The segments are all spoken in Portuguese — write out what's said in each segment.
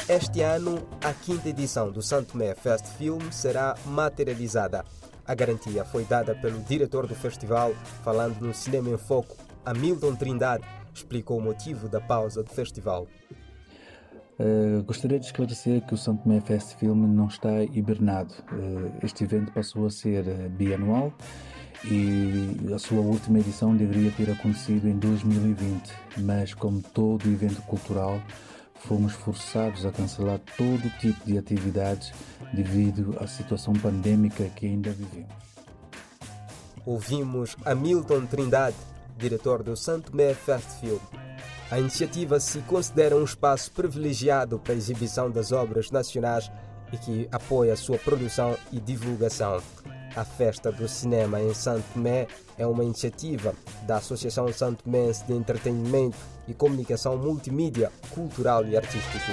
Este ano, a 5ª edição do Santo Tomé Fest Film será materializada. A garantia foi dada pelo diretor do festival, falando no Cinema em Foco. Hamilton Trindade explicou o motivo da pausa do festival. Gostaria de esclarecer que o Santo Tomé Fest Film não está hibernado. Este evento passou a ser bianual e a sua última edição deveria ter acontecido em 2020, mas como todo evento cultural, fomos forçados a cancelar todo tipo de atividades devido à situação pandêmica que ainda vivemos. Ouvimos Hamilton Trindade, diretor do Santo Tomé Fest Film. A iniciativa se considera um espaço privilegiado para a exibição das obras nacionais e que apoia a sua produção e divulgação. A Festa do Cinema em Santo Tomé é uma iniciativa da Associação Santo Tomense de Entretenimento e Comunicação Multimídia, Cultural e Artístico.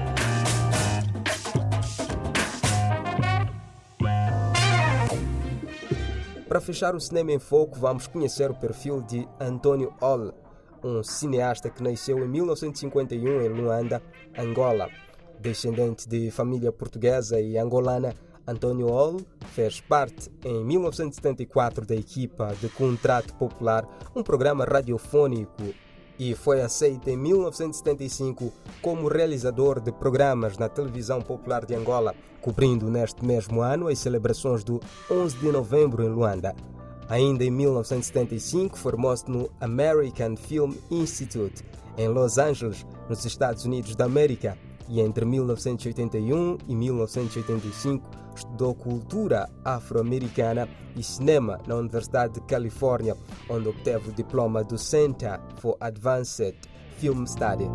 Para fechar o Cinema em Foco, vamos conhecer o perfil de Antônio Oll, um cineasta que nasceu em 1951 em Luanda, Angola. Descendente de família portuguesa e angolana, Antônio Oll fez parte em 1974 da equipa de Contrato Popular, um programa radiofônico, e foi aceito em 1975 como realizador de programas na televisão popular de Angola, cobrindo neste mesmo ano as celebrações do 11 de novembro em Luanda. Ainda em 1975 formou-se no American Film Institute, em Los Angeles, nos Estados Unidos da América, e entre 1981 e 1985 estudou cultura afro-americana e cinema na Universidade de Califórnia, onde obteve o diploma do Center for Advanced Film Study.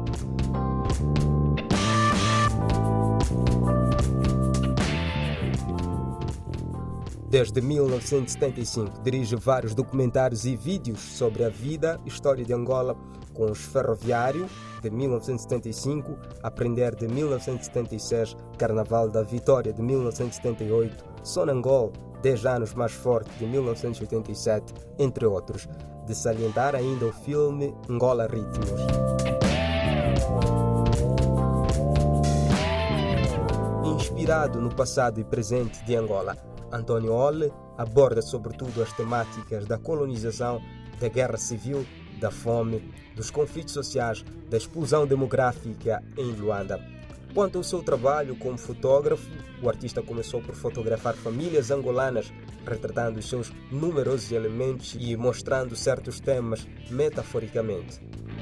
Desde 1975 dirige vários documentários e vídeos sobre a vida e história de Angola, com Os Ferroviário, de 1975, Aprender, de 1976, Carnaval da Vitória, de 1978, Sonangol, 10 anos mais forte, de 1987, entre outros. De salientar ainda o filme Angola Ritmos. Inspirado no passado e presente de Angola, Antônio Oll aborda sobretudo as temáticas da colonização, da guerra civil, da fome, dos conflitos sociais, da explosão demográfica em Luanda. Quanto ao seu trabalho como fotógrafo, o artista começou por fotografar famílias angolanas, retratando os seus numerosos elementos e mostrando certos temas metaforicamente.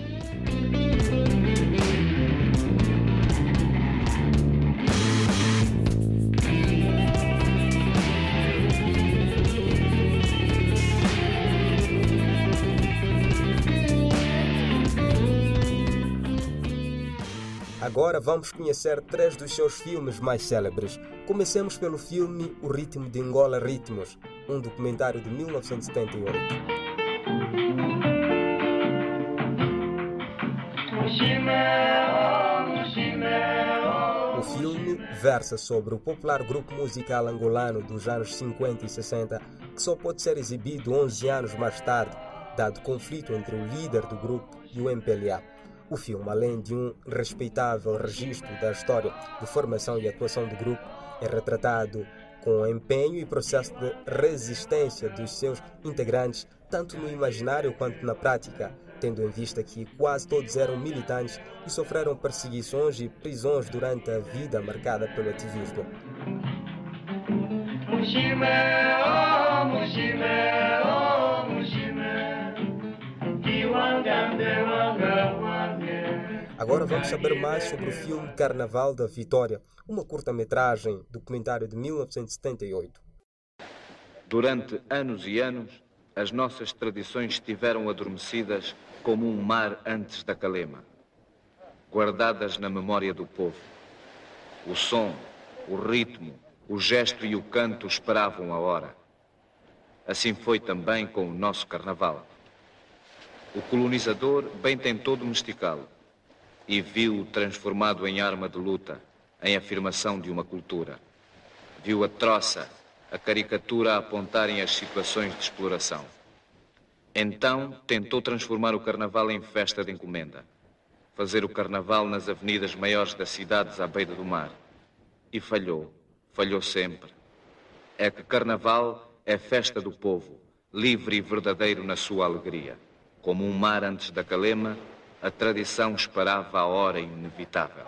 Agora vamos conhecer 3 dos seus filmes mais célebres. Comecemos pelo filme O Ritmo de Angola Ritmos, um documentário de 1978. O filme versa sobre o popular grupo musical angolano dos anos 50 e 60, que só pode ser exibido 11 anos mais tarde, dado conflito entre o líder do grupo e o MPLA. O filme, além de um respeitável registro da história de formação e atuação do grupo, é retratado com empenho e processo de resistência dos seus integrantes, tanto no imaginário quanto na prática, tendo em vista que quase todos eram militantes e sofreram perseguições e prisões durante a vida marcada pelo ativismo. Agora vamos saber mais sobre o filme Carnaval da Vitória, uma curta-metragem documentário de 1978. Durante anos e anos, as nossas tradições estiveram adormecidas como um mar antes da calema, guardadas na memória do povo. O som, o ritmo, o gesto e o canto esperavam a hora. Assim foi também com o nosso carnaval. O colonizador bem tentou domesticá-lo e viu-o transformado em arma de luta, em afirmação de uma cultura. Viu a troça, a caricatura a apontarem as situações de exploração. Então tentou transformar o carnaval em festa de encomenda. fazer o carnaval nas avenidas maiores das cidades à beira do mar. E falhou sempre. É que carnaval é festa do povo, livre e verdadeiro na sua alegria. Como um mar antes da calema, a tradição esperava a hora inevitável.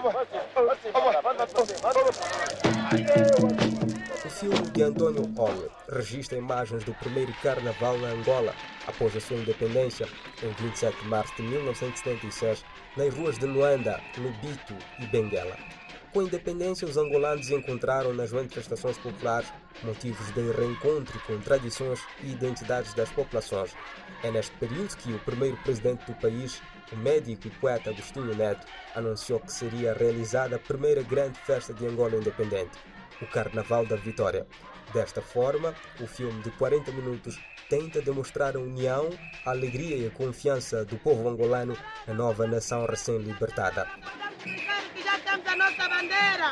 O filme de Antônio Oller registra imagens do primeiro carnaval na Angola, após a sua independência, em 27 de março de 1976, nas ruas de Luanda, Lobito e Benguela. Com a independência, os angolanos encontraram nas manifestações populares motivos de reencontro com tradições e identidades das populações. É neste período que o primeiro presidente do país, o médico e poeta Agostinho Neto, anunciou que seria realizada a primeira grande festa de Angola independente, o Carnaval da Vitória. Desta forma, o filme de 40 minutos tenta demonstrar a união, a alegria e a confiança do povo angolano na nova nação recém-libertada. Que já temos a nossa bandeira!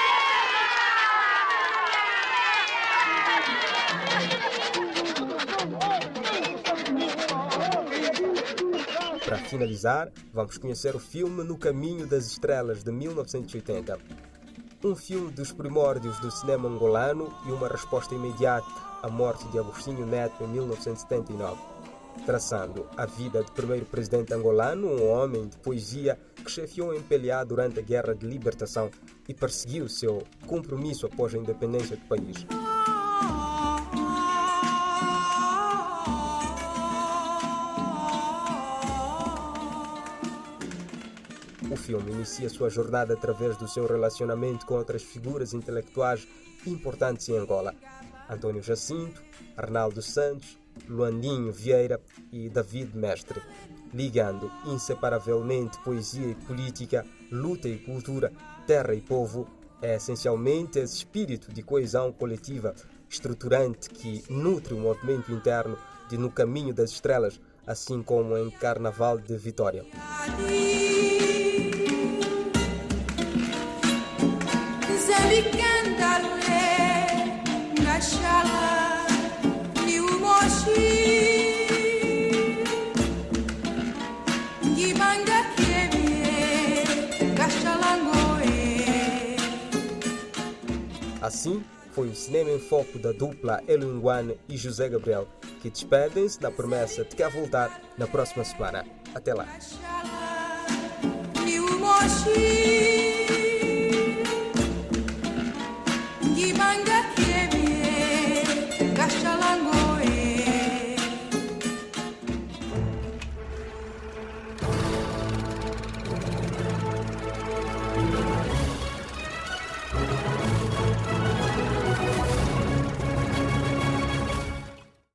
Para finalizar, vamos conhecer o filme No Caminho das Estrelas, de 1980. Um filme dos primórdios do cinema angolano e uma resposta imediata à morte de Agostinho Neto em 1979, traçando a vida do primeiro presidente angolano, um homem de poesia que chefiou em Pelé durante a Guerra de Libertação e perseguiu seu compromisso após a independência do país. O filme inicia sua jornada através do seu relacionamento com outras figuras intelectuais importantes em Angola: Antônio Jacinto, Arnaldo Santos, Luandinho Vieira e David Mestre, ligando inseparavelmente poesia e política, luta e cultura, terra e povo. É essencialmente esse espírito de coesão coletiva estruturante que nutre o movimento interno de No Caminho das Estrelas, assim como em Carnaval de Vitória. Assim, foi o Cinema em Foco da dupla Elo Nguane e José Gabriel, que despedem-se na promessa de cá voltar na próxima semana. Até lá! Gimanga